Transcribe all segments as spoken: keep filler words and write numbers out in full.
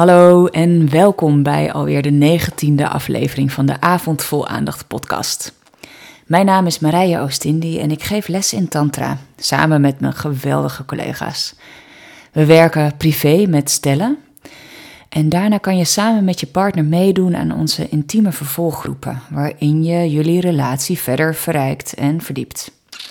Hallo en welkom bij alweer de negentiende aflevering van de Avond Vol Aandacht podcast. Mijn naam is Marije Oostindie en ik geef les in Tantra, samen met mijn geweldige collega's. We werken privé met stellen en daarna kan je samen met je partner meedoen aan onze intieme vervolggroepen, waarin je jullie relatie verder verrijkt en verdiept.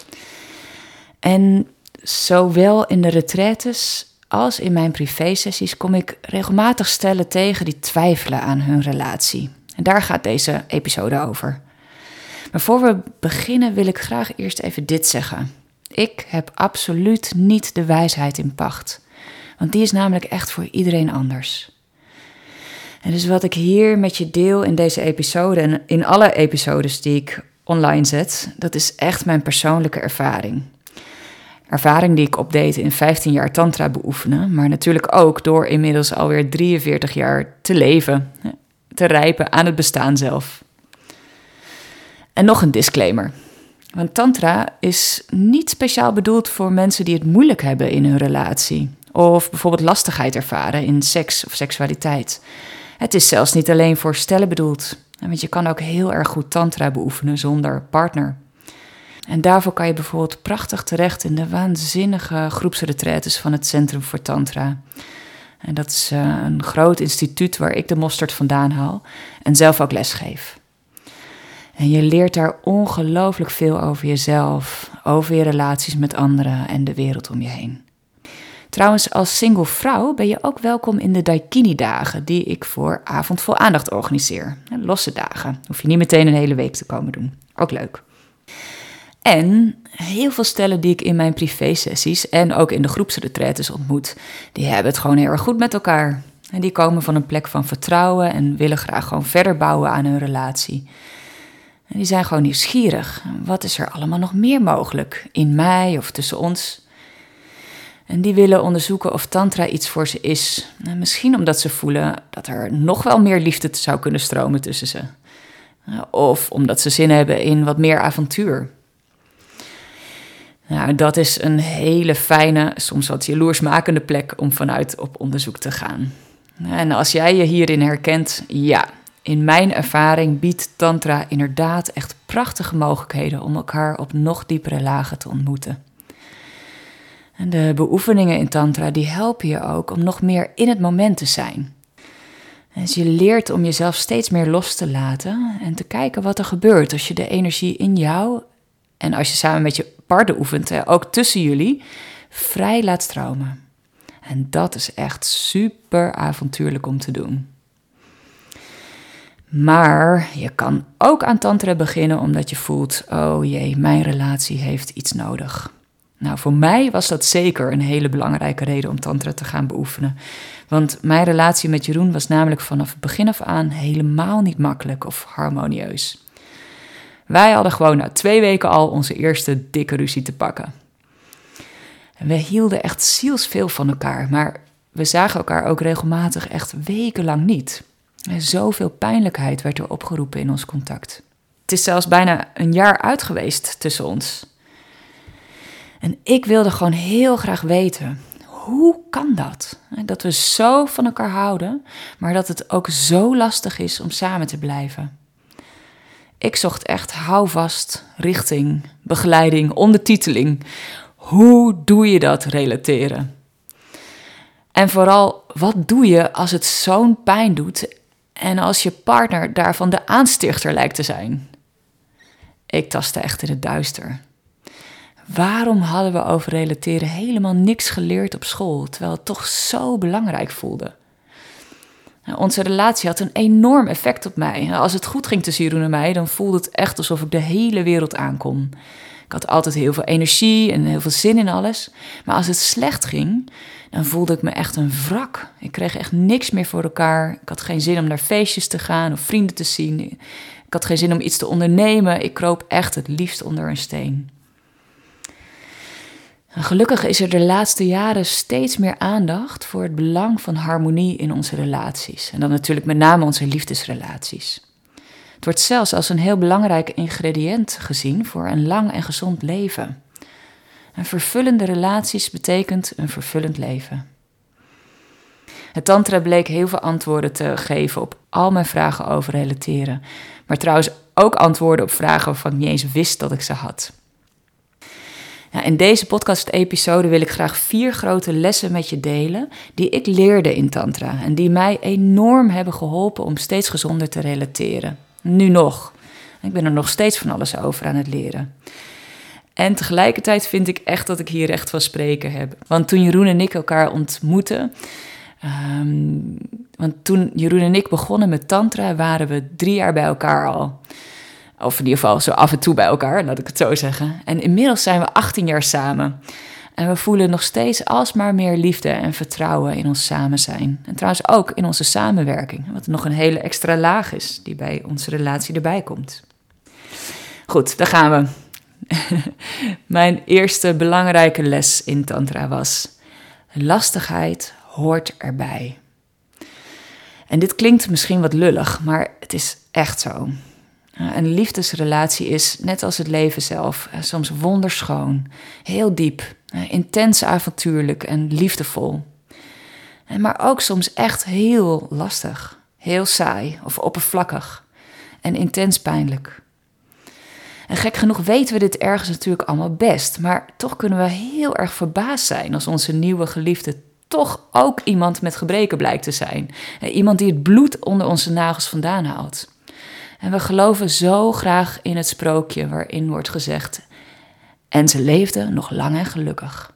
En zowel in de retraites als in mijn privésessies kom ik regelmatig stellen tegen die twijfelen aan hun relatie. En daar gaat deze episode over. Maar voor we beginnen wil ik graag eerst even dit zeggen. Ik heb absoluut niet de wijsheid in pacht. Want die is namelijk echt voor iedereen anders. En dus wat ik hier met je deel in deze episode en in alle episodes die ik online zet, dat is echt mijn persoonlijke ervaring. Ervaring die ik opdeed in vijftien jaar tantra beoefenen, maar natuurlijk ook door inmiddels alweer drieënveertig jaar te leven, te rijpen aan het bestaan zelf. En nog een disclaimer, want tantra is niet speciaal bedoeld voor mensen die het moeilijk hebben in hun relatie, of bijvoorbeeld lastigheid ervaren in seks of seksualiteit. Het is zelfs niet alleen voor stellen bedoeld, want je kan ook heel erg goed tantra beoefenen zonder partner. En daarvoor kan je bijvoorbeeld prachtig terecht in de waanzinnige groepsretraites van het Centrum voor Tantra. En dat is uh, een groot instituut waar ik de mosterd vandaan haal en zelf ook lesgeef. En je leert daar ongelooflijk veel over jezelf, over je relaties met anderen en de wereld om je heen. Trouwens, als single vrouw ben je ook welkom in de Daikini-dagen die ik voor Avond Vol Aandacht organiseer. Losse dagen, hoef je niet meteen een hele week te komen doen. Ook leuk. En heel veel stellen die ik in mijn privésessies en ook in de groepsretraites ontmoet, die hebben het gewoon heel erg goed met elkaar. En die komen van een plek van vertrouwen en willen graag gewoon verder bouwen aan hun relatie. En die zijn gewoon nieuwsgierig. Wat is er allemaal nog meer mogelijk in mij of tussen ons? En die willen onderzoeken of tantra iets voor ze is. En misschien omdat ze voelen dat er nog wel meer liefde zou kunnen stromen tussen ze. Of omdat ze zin hebben in wat meer avontuur. Nou, dat is een hele fijne, soms wat jaloersmakende plek om vanuit op onderzoek te gaan. En als jij je hierin herkent, ja, in mijn ervaring biedt tantra inderdaad echt prachtige mogelijkheden om elkaar op nog diepere lagen te ontmoeten. En de beoefeningen in tantra die helpen je ook om nog meer in het moment te zijn. Dus je leert om jezelf steeds meer los te laten en te kijken wat er gebeurt als je de energie in jou en als je samen met je partner oefent, ook tussen jullie, vrij laat stromen. En dat is echt super avontuurlijk om te doen. Maar je kan ook aan tantra beginnen omdat je voelt, oh jee, mijn relatie heeft iets nodig. Nou, voor mij was dat zeker een hele belangrijke reden om tantra te gaan beoefenen. Want mijn relatie met Jeroen was namelijk vanaf het begin af aan helemaal niet makkelijk of harmonieus. Wij hadden gewoon na twee weken al onze eerste dikke ruzie te pakken. En we hielden echt zielsveel van elkaar, maar we zagen elkaar ook regelmatig echt wekenlang niet. En zoveel pijnlijkheid werd er opgeroepen in ons contact. Het is zelfs bijna een jaar uit geweest tussen ons. En ik wilde gewoon heel graag weten, hoe kan dat? Dat we zo van elkaar houden, maar dat het ook zo lastig is om samen te blijven. Ik zocht echt houvast, richting, begeleiding, ondertiteling. Hoe doe je dat relateren? En vooral, wat doe je als het zo'n pijn doet en als je partner daarvan de aanstichter lijkt te zijn? Ik tastte echt in het duister. Waarom hadden we over relateren helemaal niks geleerd op school, terwijl het toch zo belangrijk voelde? Onze relatie had een enorm effect op mij. Als het goed ging tussen Jeroen en mij, dan voelde het echt alsof ik de hele wereld aankon. Ik had altijd heel veel energie en heel veel zin in alles. Maar als het slecht ging, dan voelde ik me echt een wrak. Ik kreeg echt niks meer voor elkaar. Ik had geen zin om naar feestjes te gaan of vrienden te zien. Ik had geen zin om iets te ondernemen. Ik kroop echt het liefst onder een steen. Gelukkig is er de laatste jaren steeds meer aandacht voor het belang van harmonie in onze relaties. En dan natuurlijk met name onze liefdesrelaties. Het wordt zelfs als een heel belangrijk ingrediënt gezien voor een lang en gezond leven. En vervullende relaties betekent een vervullend leven. Het tantra bleek heel veel antwoorden te geven op al mijn vragen over relateren. Maar trouwens ook antwoorden op vragen waarvan ik niet eens wist dat ik ze had. Nou, in deze podcast-episode wil ik graag vier grote lessen met je delen die ik leerde in tantra en die mij enorm hebben geholpen om steeds gezonder te relateren. Nu nog. Ik ben er nog steeds van alles over aan het leren. En tegelijkertijd vind ik echt dat ik hier recht van spreken heb. Want toen Jeroen en ik elkaar ontmoetten, um, want toen Jeroen en ik begonnen met tantra, waren we drie jaar bij elkaar al. Of in ieder geval zo af en toe bij elkaar, laat ik het zo zeggen. En inmiddels zijn we achttien jaar samen. En we voelen nog steeds alsmaar meer liefde en vertrouwen in ons samen zijn. En trouwens ook in onze samenwerking. Wat nog een hele extra laag is die bij onze relatie erbij komt. Goed, daar gaan we. Mijn eerste belangrijke les in tantra was: lastigheid hoort erbij. En dit klinkt misschien wat lullig, maar het is echt zo. Een liefdesrelatie is, net als het leven zelf, soms wonderschoon, heel diep, intens avontuurlijk en liefdevol. Maar ook soms echt heel lastig, heel saai of oppervlakkig en intens pijnlijk. En gek genoeg weten we dit ergens natuurlijk allemaal best, maar toch kunnen we heel erg verbaasd zijn als onze nieuwe geliefde toch ook iemand met gebreken blijkt te zijn. Iemand die het bloed onder onze nagels vandaan haalt. En we geloven zo graag in het sprookje waarin wordt gezegd: en ze leefde nog lang en gelukkig.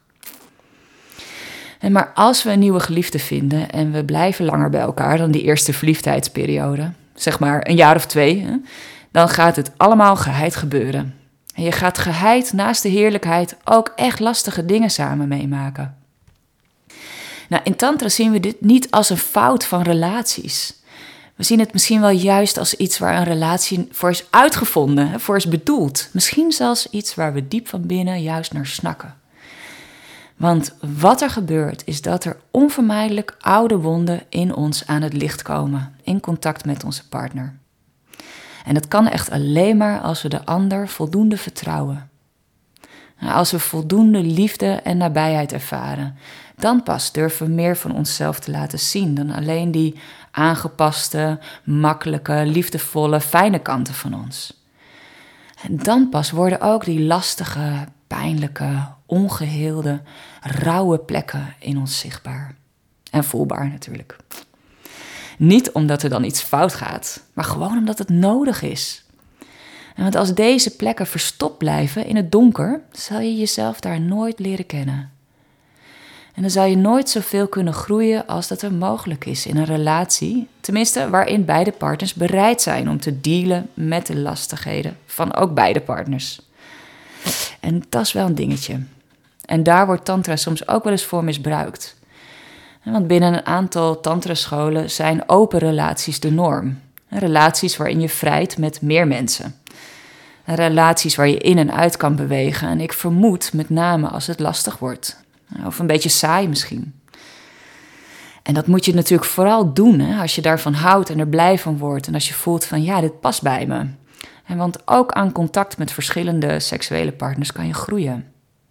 En maar als we een nieuwe geliefde vinden en we blijven langer bij elkaar dan die eerste verliefdheidsperiode, zeg maar een jaar of twee, hè, dan gaat het allemaal geheid gebeuren. En je gaat geheid naast de heerlijkheid ook echt lastige dingen samen meemaken. Nou, in tantra zien we dit niet als een fout van relaties. We zien het misschien wel juist als iets waar een relatie voor is uitgevonden, voor is bedoeld. Misschien zelfs iets waar we diep van binnen juist naar snakken. Want wat er gebeurt is dat er onvermijdelijk oude wonden in ons aan het licht komen, in contact met onze partner. En dat kan echt alleen maar als we de ander voldoende vertrouwen. Als we voldoende liefde en nabijheid ervaren, dan pas durven we meer van onszelf te laten zien dan alleen die aangepaste, makkelijke, liefdevolle, fijne kanten van ons. En dan pas worden ook die lastige, pijnlijke, ongeheelde, rauwe plekken in ons zichtbaar. En voelbaar natuurlijk. Niet omdat er dan iets fout gaat, maar gewoon omdat het nodig is. En want als deze plekken verstopt blijven in het donker, zal je jezelf daar nooit leren kennen. En dan zal je nooit zoveel kunnen groeien als dat er mogelijk is in een relatie. Tenminste, waarin beide partners bereid zijn om te dealen met de lastigheden van ook beide partners. En dat is wel een dingetje. En daar wordt tantra soms ook wel eens voor misbruikt. Want binnen een aantal tantrascholen zijn open relaties de norm. Relaties waarin je vrijt met meer mensen. Relaties waar je in en uit kan bewegen. En ik vermoed met name als het lastig wordt. Of een beetje saai misschien. En dat moet je natuurlijk vooral doen, hè, als je daarvan houdt en er blij van wordt. En als je voelt van ja, dit past bij me. En want ook aan contact met verschillende seksuele partners kan je groeien.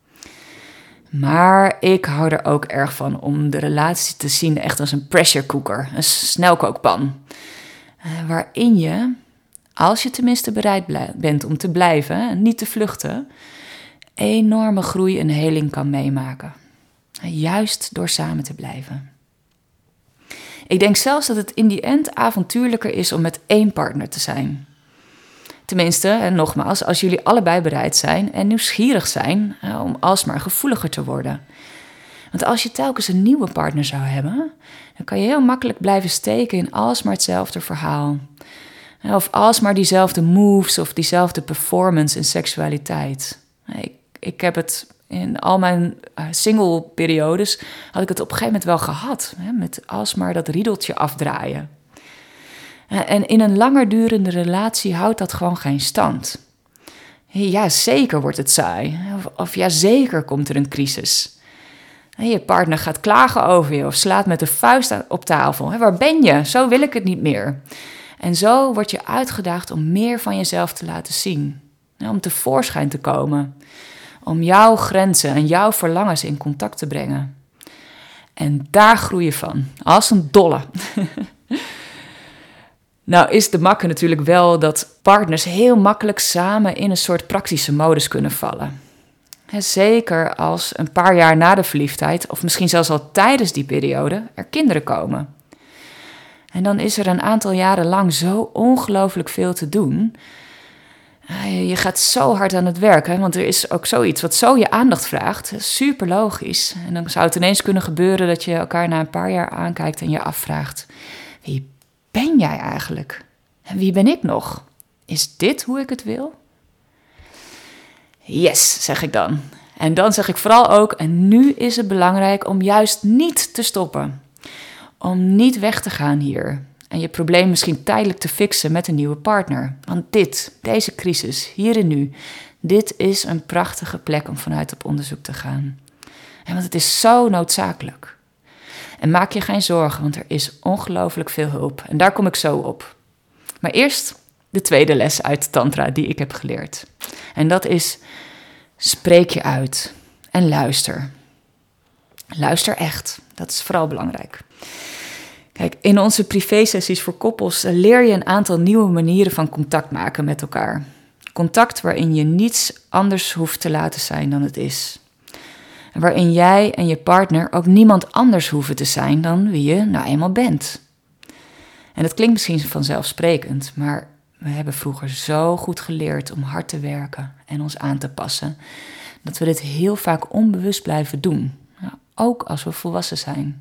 Maar ik hou er ook erg van om de relatie te zien echt als een pressure cooker. Een snelkookpan. Waarin je, als je tenminste bereid blij- bent om te blijven en niet te vluchten, enorme groei en heling kan meemaken. Juist door samen te blijven. Ik denk zelfs dat het in die end avontuurlijker is om met één partner te zijn. Tenminste, en nogmaals, als jullie allebei bereid zijn en nieuwsgierig zijn om alsmaar gevoeliger te worden. Want als je telkens een nieuwe partner zou hebben, dan kan je heel makkelijk blijven steken in alsmaar hetzelfde verhaal. Of alsmaar diezelfde moves of diezelfde performance en seksualiteit. Ik, ik heb het in al mijn single periodes, had ik het op een gegeven moment wel gehad. Hè, met alsmaar dat riedeltje afdraaien. En in een langer durende relatie houdt dat gewoon geen stand. Ja, zeker wordt het saai. Of, of ja, zeker komt er een crisis. Je partner gaat klagen over je of slaat met de vuist op tafel. Waar ben je? Zo wil ik het niet meer. En zo word je uitgedaagd om meer van jezelf te laten zien. Om tevoorschijn te komen. Om jouw grenzen en jouw verlangens in contact te brengen. En daar groei je van, als een dolle. Nou is de makke natuurlijk wel dat partners heel makkelijk samen in een soort praktische modus kunnen vallen. Zeker als een paar jaar na de verliefdheid, of misschien zelfs al tijdens die periode, er kinderen komen. En dan is er een aantal jaren lang zo ongelooflijk veel te doen. Je gaat zo hard aan het werk, hè? Want er is ook zoiets wat zo je aandacht vraagt. Super logisch. En dan zou het ineens kunnen gebeuren dat je elkaar na een paar jaar aankijkt en je afvraagt: wie ben jij eigenlijk? En wie ben ik nog? Is dit hoe ik het wil? Yes, zeg ik dan. En dan zeg ik vooral ook, en nu is het belangrijk om juist niet te stoppen. Om niet weg te gaan hier. En je probleem misschien tijdelijk te fixen met een nieuwe partner. Want dit, deze crisis, hier en nu, dit is een prachtige plek om vanuit op onderzoek te gaan. En want het is zo noodzakelijk. En maak je geen zorgen, want er is ongelooflijk veel hulp. En daar kom ik zo op. Maar eerst de tweede les uit Tantra die ik heb geleerd. En dat is: spreek je uit en luister. Luister echt, dat is vooral belangrijk. Kijk, in onze privésessies voor koppels leer je een aantal nieuwe manieren van contact maken met elkaar. Contact waarin je niets anders hoeft te laten zijn dan het is. En waarin jij en je partner ook niemand anders hoeven te zijn dan wie je nou eenmaal bent. En dat klinkt misschien vanzelfsprekend, maar we hebben vroeger zo goed geleerd om hard te werken en ons aan te passen, dat we dit heel vaak onbewust blijven doen, ook als we volwassen zijn.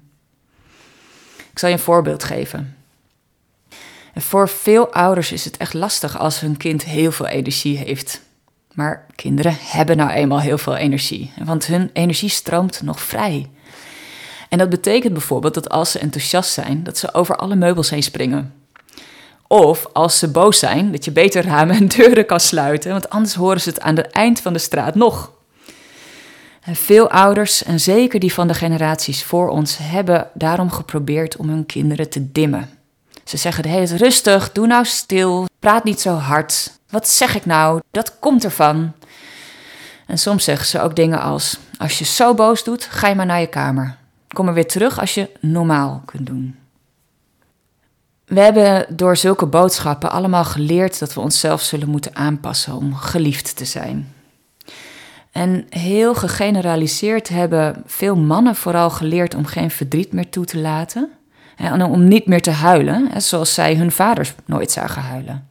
Ik zal je een voorbeeld geven. En voor veel ouders is het echt lastig als hun kind heel veel energie heeft. Maar kinderen hebben nou eenmaal heel veel energie, want hun energie stroomt nog vrij. En dat betekent bijvoorbeeld dat als ze enthousiast zijn, dat ze over alle meubels heen springen. Of als ze boos zijn, dat je beter ramen en deuren kan sluiten, want anders horen ze het aan het eind van de straat nog. En veel ouders, en zeker die van de generaties voor ons, hebben daarom geprobeerd om hun kinderen te dimmen. Ze zeggen de hele tijd: rustig, doe nou stil, praat niet zo hard. Wat zeg ik nou? Dat komt ervan. En soms zeggen ze ook dingen als: als je zo boos doet, ga je maar naar je kamer. Kom er weer terug als je normaal kunt doen. We hebben door zulke boodschappen allemaal geleerd dat we onszelf zullen moeten aanpassen om geliefd te zijn. En heel gegeneraliseerd hebben veel mannen vooral geleerd om geen verdriet meer toe te laten. En om niet meer te huilen, zoals zij hun vaders nooit zagen huilen.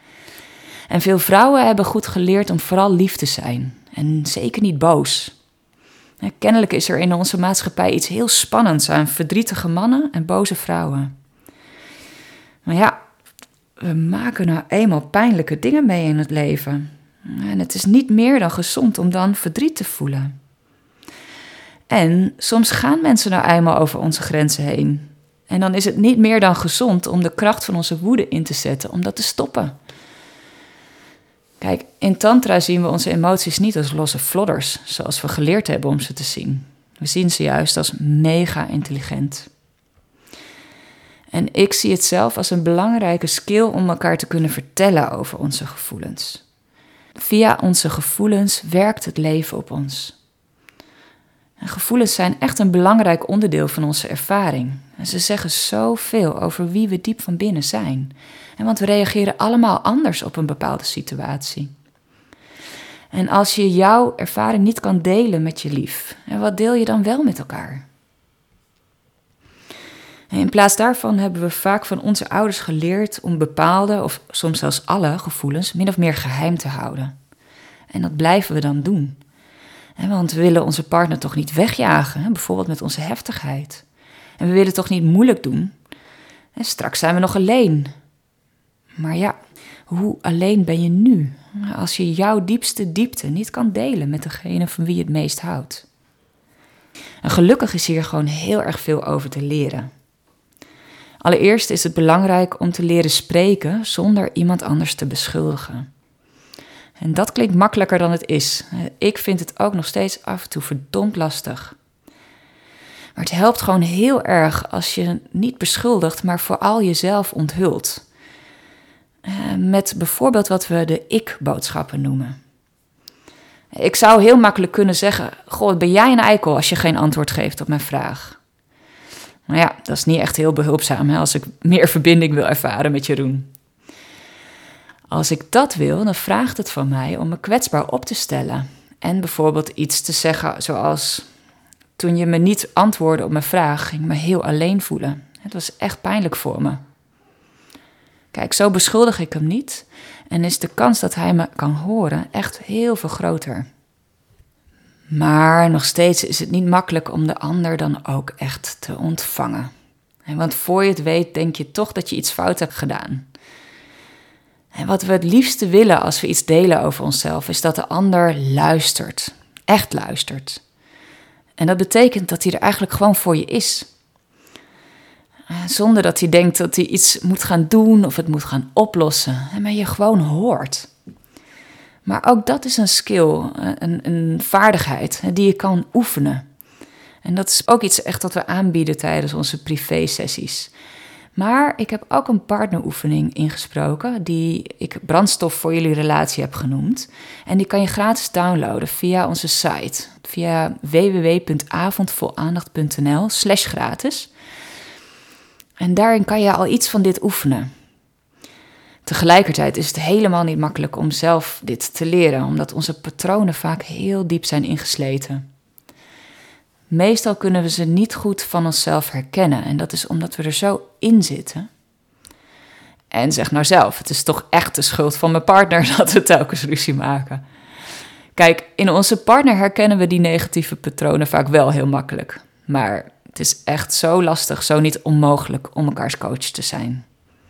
En veel vrouwen hebben goed geleerd om vooral lief te zijn. En zeker niet boos. Kennelijk is er in onze maatschappij iets heel spannends aan verdrietige mannen en boze vrouwen. Maar ja, we maken nou eenmaal pijnlijke dingen mee in het leven. En het is niet meer dan gezond om dan verdriet te voelen. En soms gaan mensen nou eenmaal over onze grenzen heen. En dan is het niet meer dan gezond om de kracht van onze woede in te zetten, om dat te stoppen. Kijk, in Tantra zien we onze emoties niet als losse flodders, zoals we geleerd hebben om ze te zien. We zien ze juist als mega intelligent. En ik zie het zelf als een belangrijke skill om elkaar te kunnen vertellen over onze gevoelens. Via onze gevoelens werkt het leven op ons. En gevoelens zijn echt een belangrijk onderdeel van onze ervaring. En ze zeggen zoveel over wie we diep van binnen zijn. En want we reageren allemaal anders op een bepaalde situatie. En als je jouw ervaring niet kan delen met je lief, wat deel je dan wel met elkaar? En in plaats daarvan hebben we vaak van onze ouders geleerd om bepaalde, of soms zelfs alle gevoelens, min of meer geheim te houden. En dat blijven we dan doen. Want we willen onze partner toch niet wegjagen, bijvoorbeeld met onze heftigheid. En we willen toch niet moeilijk doen. En straks zijn we nog alleen. Maar ja, hoe alleen ben je nu, als je jouw diepste diepte niet kan delen met degene van wie je het meest houdt? En gelukkig is hier gewoon heel erg veel over te leren. Allereerst is het belangrijk om te leren spreken zonder iemand anders te beschuldigen. En dat klinkt makkelijker dan het is. Ik vind het ook nog steeds af en toe verdomd lastig. Maar het helpt gewoon heel erg als je niet beschuldigt, maar vooral jezelf onthult. Met bijvoorbeeld wat we de ik-boodschappen noemen. Ik zou heel makkelijk kunnen zeggen: goh, ben jij een eikel als je geen antwoord geeft op mijn vraag? Maar ja, dat is niet echt heel behulpzaam hè, als ik meer verbinding wil ervaren met Jeroen. Als ik dat wil, dan vraagt het van mij om me kwetsbaar op te stellen. En bijvoorbeeld iets te zeggen zoals: toen je me niet antwoordde op mijn vraag, ging ik me heel alleen voelen. Het was echt pijnlijk voor me. Kijk, zo beschuldig ik hem niet en is de kans dat hij me kan horen echt heel veel groter. Maar nog steeds is het niet makkelijk om de ander dan ook echt te ontvangen. Want voor je het weet, denk je toch dat je iets fout hebt gedaan. En wat we het liefste willen als we iets delen over onszelf, is dat de ander luistert. Echt luistert. En dat betekent dat hij er eigenlijk gewoon voor je is. Zonder dat hij denkt dat hij iets moet gaan doen of het moet gaan oplossen. Maar je gewoon hoort. Maar ook dat is een skill, een, een vaardigheid die je kan oefenen. En dat is ook iets echt wat we aanbieden tijdens onze privé-sessies. Maar ik heb ook een partneroefening ingesproken die ik brandstof voor jullie relatie heb genoemd. En die kan je gratis downloaden via onze site. Via w w w punt avondvolaandacht punt n l slash gratis. En daarin kan je al iets van dit oefenen. Tegelijkertijd is het helemaal niet makkelijk om zelf dit te leren, omdat onze patronen vaak heel diep zijn ingesleten. Meestal kunnen we ze niet goed van onszelf herkennen en dat is omdat we er zo in zitten. En zeg nou zelf, het is toch echt de schuld van mijn partner dat we telkens ruzie maken. Kijk, in onze partner herkennen we die negatieve patronen vaak wel heel makkelijk. Maar het is echt zo lastig, zo niet onmogelijk om elkaars coach te zijn.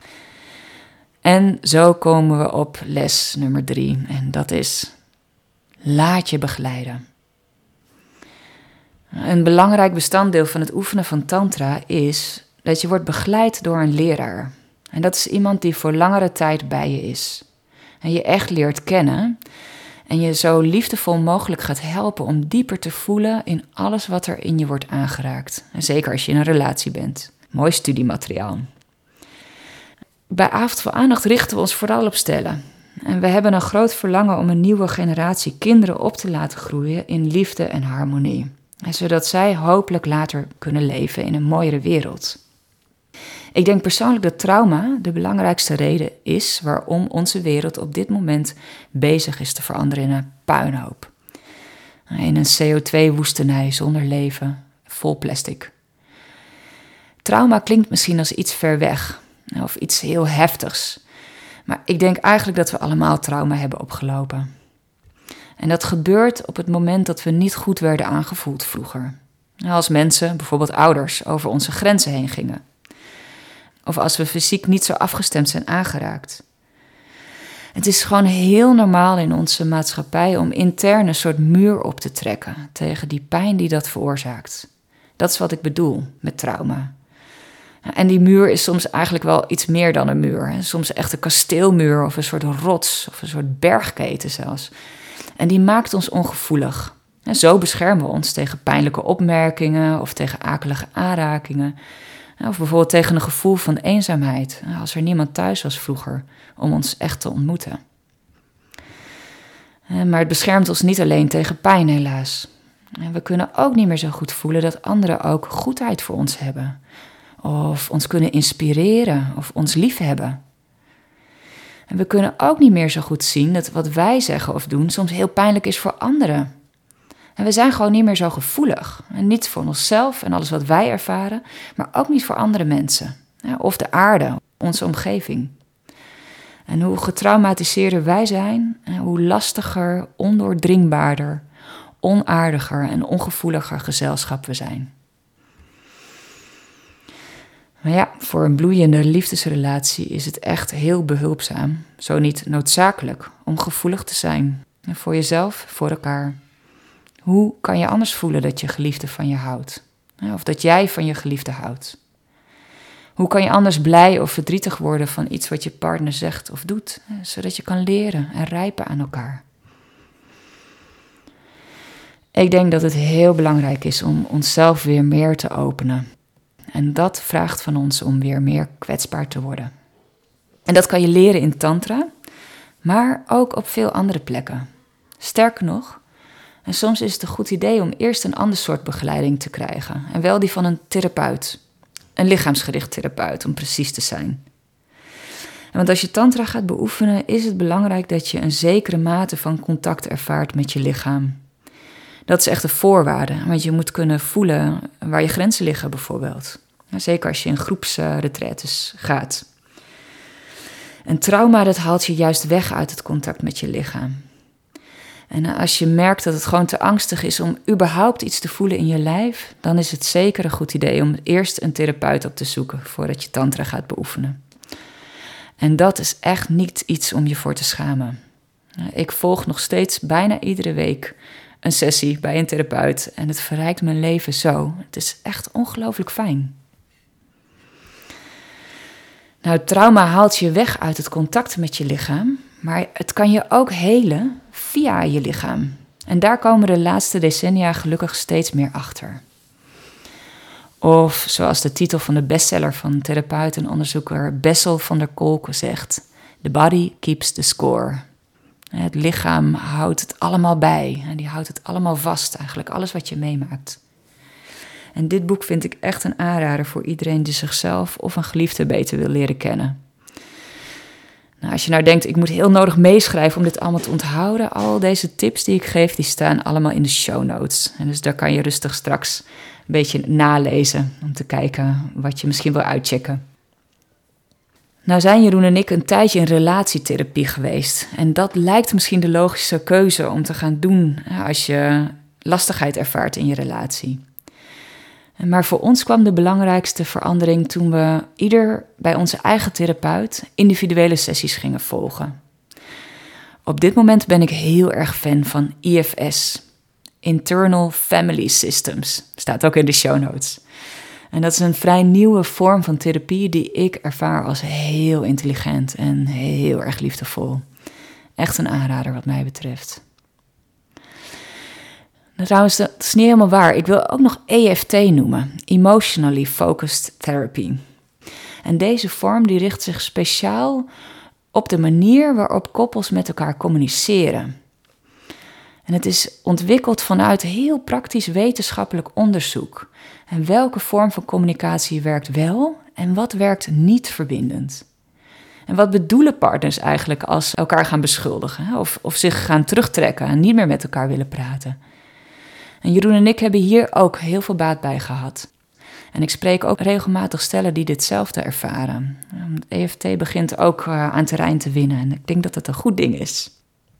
En zo komen we op les nummer drie en dat is: laat je begeleiden. Een belangrijk bestanddeel van het oefenen van tantra is dat je wordt begeleid door een leraar. En dat is iemand die voor langere tijd bij je is. En je echt leert kennen en je zo liefdevol mogelijk gaat helpen om dieper te voelen in alles wat er in je wordt aangeraakt. En zeker als je in een relatie bent. Mooi studiemateriaal. Bij Avond Vol Aandacht richten we ons vooral op stellen. En we hebben een groot verlangen om een nieuwe generatie kinderen op te laten groeien in liefde en harmonie. En zodat zij hopelijk later kunnen leven in een mooiere wereld. Ik denk persoonlijk dat trauma de belangrijkste reden is waarom onze wereld op dit moment bezig is te veranderen in een puinhoop. In een C O twee woestenij zonder leven, vol plastic. Trauma klinkt misschien als iets ver weg of iets heel heftigs. Maar ik denk eigenlijk dat we allemaal trauma hebben opgelopen. En dat gebeurt op het moment dat we niet goed werden aangevoeld vroeger. Als mensen, bijvoorbeeld ouders, over onze grenzen heen gingen. Of als we fysiek niet zo afgestemd zijn aangeraakt. Het is gewoon heel normaal in onze maatschappij om intern een soort muur op te trekken tegen die pijn die dat veroorzaakt. Dat is wat ik bedoel met trauma. En die muur is soms eigenlijk wel iets meer dan een muur. Soms echt een kasteelmuur of een soort rots of een soort bergketen zelfs. En die maakt ons ongevoelig. En zo beschermen we ons tegen pijnlijke opmerkingen of tegen akelige aanrakingen. Of bijvoorbeeld tegen een gevoel van eenzaamheid, als er niemand thuis was vroeger om ons echt te ontmoeten. Maar het beschermt ons niet alleen tegen pijn helaas. We kunnen ook niet meer zo goed voelen dat anderen ook goedheid voor ons hebben. Of ons kunnen inspireren of ons liefhebben. En we kunnen ook niet meer zo goed zien dat wat wij zeggen of doen soms heel pijnlijk is voor anderen. En we zijn gewoon niet meer zo gevoelig. En niet voor onszelf en alles wat wij ervaren, maar ook niet voor andere mensen. Of de aarde, onze omgeving. En hoe getraumatiseerder wij zijn, hoe lastiger, ondoordringbaarder, onaardiger en ongevoeliger gezelschap we zijn. Maar ja, voor een bloeiende liefdesrelatie is het echt heel behulpzaam, zo niet noodzakelijk, om gevoelig te zijn. En voor jezelf, voor elkaar. Hoe kan je anders voelen dat je geliefde van je houdt? Of dat jij van je geliefde houdt? Hoe kan je anders blij of verdrietig worden van iets wat je partner zegt of doet? Zodat je kan leren en rijpen aan elkaar. Ik denk dat het heel belangrijk is om onszelf weer meer te openen. En dat vraagt van ons om weer meer kwetsbaar te worden. En dat kan je leren in tantra, maar ook op veel andere plekken. Sterker nog, en soms is het een goed idee om eerst een ander soort begeleiding te krijgen. En wel die van een therapeut. een lichaamsgericht therapeut om precies te zijn. Want als je tantra gaat beoefenen, is het belangrijk dat je een zekere mate van contact ervaart met je lichaam. Dat is echt een voorwaarde, want je moet kunnen voelen waar je grenzen liggen bijvoorbeeld. Zeker als je in groepsretretes gaat. En trauma, dat haalt je juist weg uit het contact met je lichaam. En als je merkt dat het gewoon te angstig is om überhaupt iets te voelen in je lijf, dan is het zeker een goed idee om eerst een therapeut op te zoeken voordat je tantra gaat beoefenen. En dat is echt niet iets om je voor te schamen. Ik volg nog steeds bijna iedere week een sessie bij een therapeut en het verrijkt mijn leven zo. Het is echt ongelooflijk fijn. Nou, trauma haalt je weg uit het contact met je lichaam, maar het kan je ook helen via je lichaam. En daar komen de laatste decennia gelukkig steeds meer achter. Of zoals de titel van de bestseller van therapeut en onderzoeker Bessel van der Kolk zegt: The body keeps the score. Het lichaam houdt het allemaal bij. Die houdt het allemaal vast eigenlijk, alles wat je meemaakt. En dit boek vind ik echt een aanrader voor iedereen die zichzelf of een geliefde beter wil leren kennen. Nou, als je nou denkt, ik moet heel nodig meeschrijven om dit allemaal te onthouden, al deze tips die ik geef, die staan allemaal in de show notes. En dus daar kan je rustig straks een beetje nalezen om te kijken wat je misschien wil uitchecken. Nou zijn Jeroen en ik een tijdje in relatietherapie geweest. En dat lijkt misschien de logische keuze om te gaan doen als je lastigheid ervaart in je relatie. Maar voor ons kwam de belangrijkste verandering toen we ieder bij onze eigen therapeut individuele sessies gingen volgen. Op dit moment ben ik heel erg fan van I F S, Internal Family Systems, staat ook in de show notes. En dat is een vrij nieuwe vorm van therapie die ik ervaar als heel intelligent en heel erg liefdevol. Echt een aanrader wat mij betreft. Nou, trouwens, dat is niet helemaal waar. Ik wil ook nog E F T noemen, Emotionally Focused Therapy. En deze vorm die richt zich speciaal op de manier waarop koppels met elkaar communiceren. En het is ontwikkeld vanuit heel praktisch wetenschappelijk onderzoek. En welke vorm van communicatie werkt wel en wat werkt niet verbindend? En wat bedoelen partners eigenlijk als ze elkaar gaan beschuldigen of, of zich gaan terugtrekken en niet meer met elkaar willen praten? En Jeroen en ik hebben hier ook heel veel baat bij gehad. En ik spreek ook regelmatig stellen die ditzelfde ervaren. E F T begint ook uh, aan terrein te winnen en ik denk dat het een goed ding is.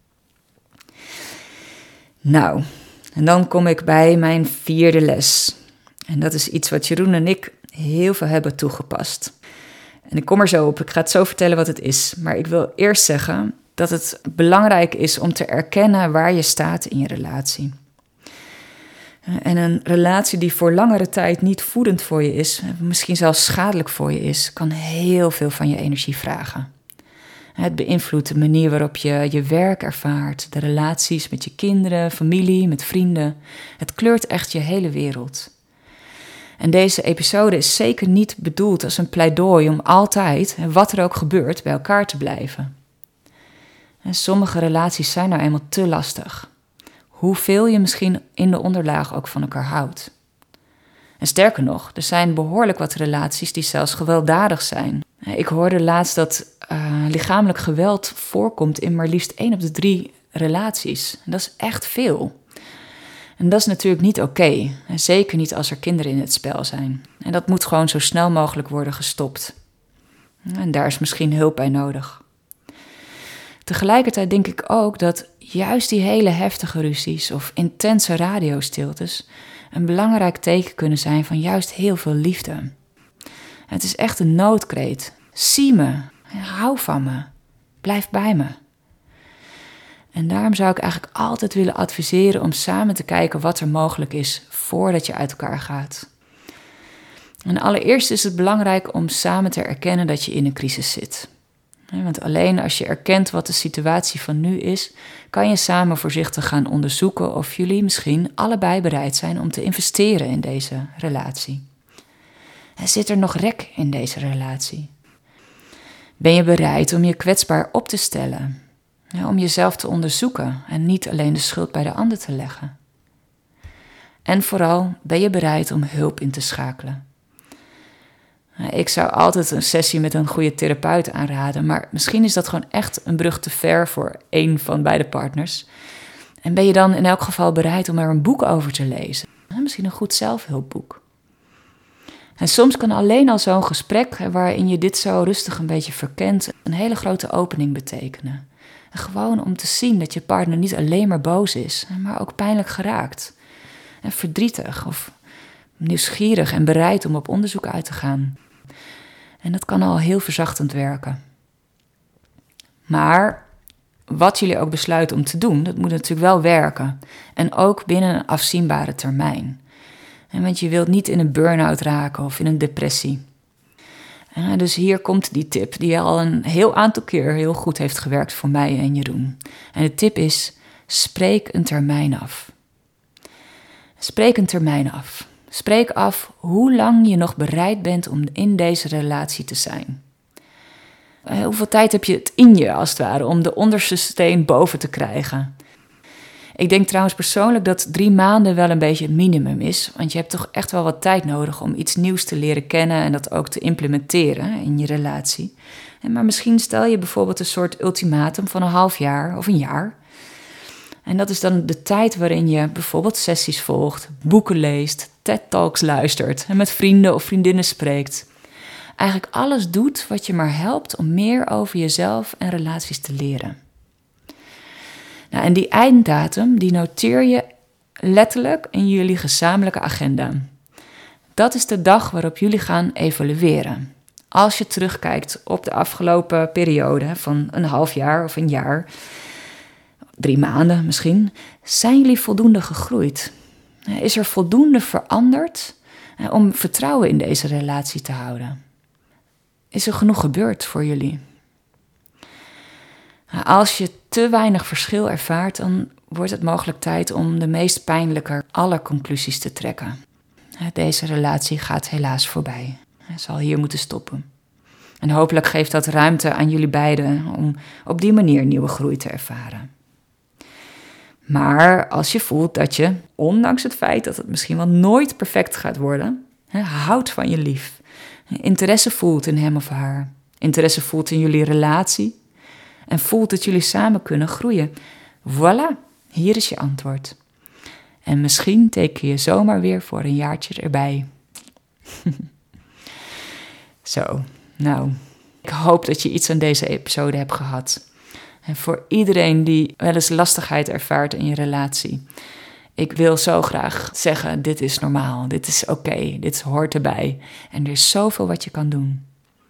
Nou, en dan kom ik bij mijn vierde les. En dat is iets wat Jeroen en ik heel veel hebben toegepast. En ik kom er zo op, ik ga het zo vertellen wat het is. Maar ik wil eerst zeggen dat het belangrijk is om te erkennen waar je staat in je relatie. En een relatie die voor langere tijd niet voedend voor je is, misschien zelfs schadelijk voor je is, kan heel veel van je energie vragen. Het beïnvloedt de manier waarop je je werk ervaart, de relaties met je kinderen, familie, met vrienden. Het kleurt echt je hele wereld. En deze episode is zeker niet bedoeld als een pleidooi om altijd, wat er ook gebeurt, bij elkaar te blijven. En sommige relaties zijn nou eenmaal te lastig. Hoeveel je misschien in de onderlaag ook van elkaar houdt. En sterker nog, er zijn behoorlijk wat relaties die zelfs gewelddadig zijn. Ik hoorde laatst dat uh, lichamelijk geweld voorkomt in maar liefst één op de drie relaties. En dat is echt veel. En dat is natuurlijk niet oké. Okay. En zeker niet als er kinderen in het spel zijn. En dat moet gewoon zo snel mogelijk worden gestopt. En daar is misschien hulp bij nodig. Tegelijkertijd denk ik ook dat juist die hele heftige ruzies of intense radiostiltes een belangrijk teken kunnen zijn van juist heel veel liefde. Het is echt een noodkreet. Zie me, hou van me, blijf bij me. En daarom zou ik eigenlijk altijd willen adviseren om samen te kijken wat er mogelijk is voordat je uit elkaar gaat. En allereerst is het belangrijk om samen te erkennen dat je in een crisis zit. Want alleen als je erkent wat de situatie van nu is, kan je samen voorzichtig gaan onderzoeken of jullie misschien allebei bereid zijn om te investeren in deze relatie. En zit er nog rek in deze relatie? Ben je bereid om je kwetsbaar op te stellen? Ja, om jezelf te onderzoeken en niet alleen de schuld bij de ander te leggen? En vooral, ben je bereid om hulp in te schakelen? Ik zou altijd een sessie met een goede therapeut aanraden, maar misschien is dat gewoon echt een brug te ver voor één van beide partners. En ben je dan in elk geval bereid om er een boek over te lezen? Misschien een goed zelfhulpboek. En soms kan alleen al zo'n gesprek, waarin je dit zo rustig een beetje verkent, een hele grote opening betekenen. En gewoon om te zien dat je partner niet alleen maar boos is, maar ook pijnlijk geraakt. En verdrietig of nieuwsgierig en bereid om op onderzoek uit te gaan. En dat kan al heel verzachtend werken. Maar wat jullie ook besluiten om te doen, dat moet natuurlijk wel werken. En ook binnen een afzienbare termijn. En want je wilt niet in een burn-out raken of in een depressie. En dus hier komt die tip die al een heel aantal keer heel goed heeft gewerkt voor mij en Jeroen. En de tip is, spreek een termijn af. Spreek een termijn af. Spreek af hoe lang je nog bereid bent om in deze relatie te zijn. Uh, hoeveel tijd heb je het in je, als het ware, om de onderste steen boven te krijgen? Ik denk trouwens persoonlijk dat drie maanden wel een beetje het minimum is. Want je hebt toch echt wel wat tijd nodig om iets nieuws te leren kennen en dat ook te implementeren in je relatie. Maar misschien stel je bijvoorbeeld een soort ultimatum van een half jaar of een jaar. En dat is dan de tijd waarin je bijvoorbeeld sessies volgt, boeken leest, TED-talks luistert en met vrienden of vriendinnen spreekt. Eigenlijk alles doet wat je maar helpt om meer over jezelf en relaties te leren. Nou, en die einddatum, die noteer je letterlijk in jullie gezamenlijke agenda. Dat is de dag waarop jullie gaan evalueren. Als je terugkijkt op de afgelopen periode van een half jaar of een jaar, drie maanden misschien, zijn jullie voldoende gegroeid? Is er voldoende veranderd om vertrouwen in deze relatie te houden? Is er genoeg gebeurd voor jullie? Als je te weinig verschil ervaart, dan wordt het mogelijk tijd om de meest pijnlijke aller conclusies te trekken. Deze relatie gaat helaas voorbij. Hij zal hier moeten stoppen. En hopelijk geeft dat ruimte aan jullie beiden om op die manier nieuwe groei te ervaren. Maar als je voelt dat je, ondanks het feit dat het misschien wel nooit perfect gaat worden, houdt van je lief, interesse voelt in hem of haar, interesse voelt in jullie relatie en voelt dat jullie samen kunnen groeien, voilà, hier is je antwoord. En misschien teken je zomaar weer voor een jaartje erbij. Zo, nou, ik hoop dat je iets aan deze episode hebt gehad. En voor iedereen die wel eens lastigheid ervaart in je relatie. Ik wil zo graag zeggen, dit is normaal, dit is oké, okay, dit hoort erbij. En er is zoveel wat je kan doen.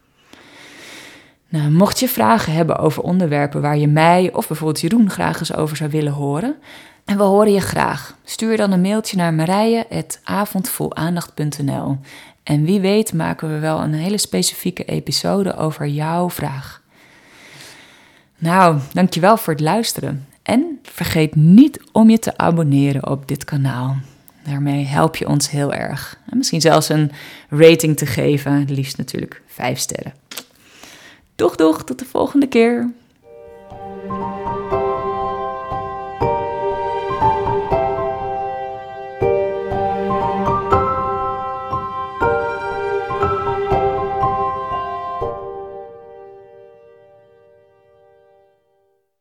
Nou, mocht je vragen hebben over onderwerpen waar je mij of bijvoorbeeld Jeroen graag eens over zou willen horen. En we horen je graag. Stuur dan een mailtje naar marije at avondvolaandacht punt n l. En wie weet maken we wel een hele specifieke episode over jouw vraag. Nou, dankjewel voor het luisteren. En vergeet niet om je te abonneren op dit kanaal. Daarmee help je ons heel erg. En misschien zelfs een rating te geven, liefst natuurlijk vijf sterren. Doeg doeg, tot de volgende keer.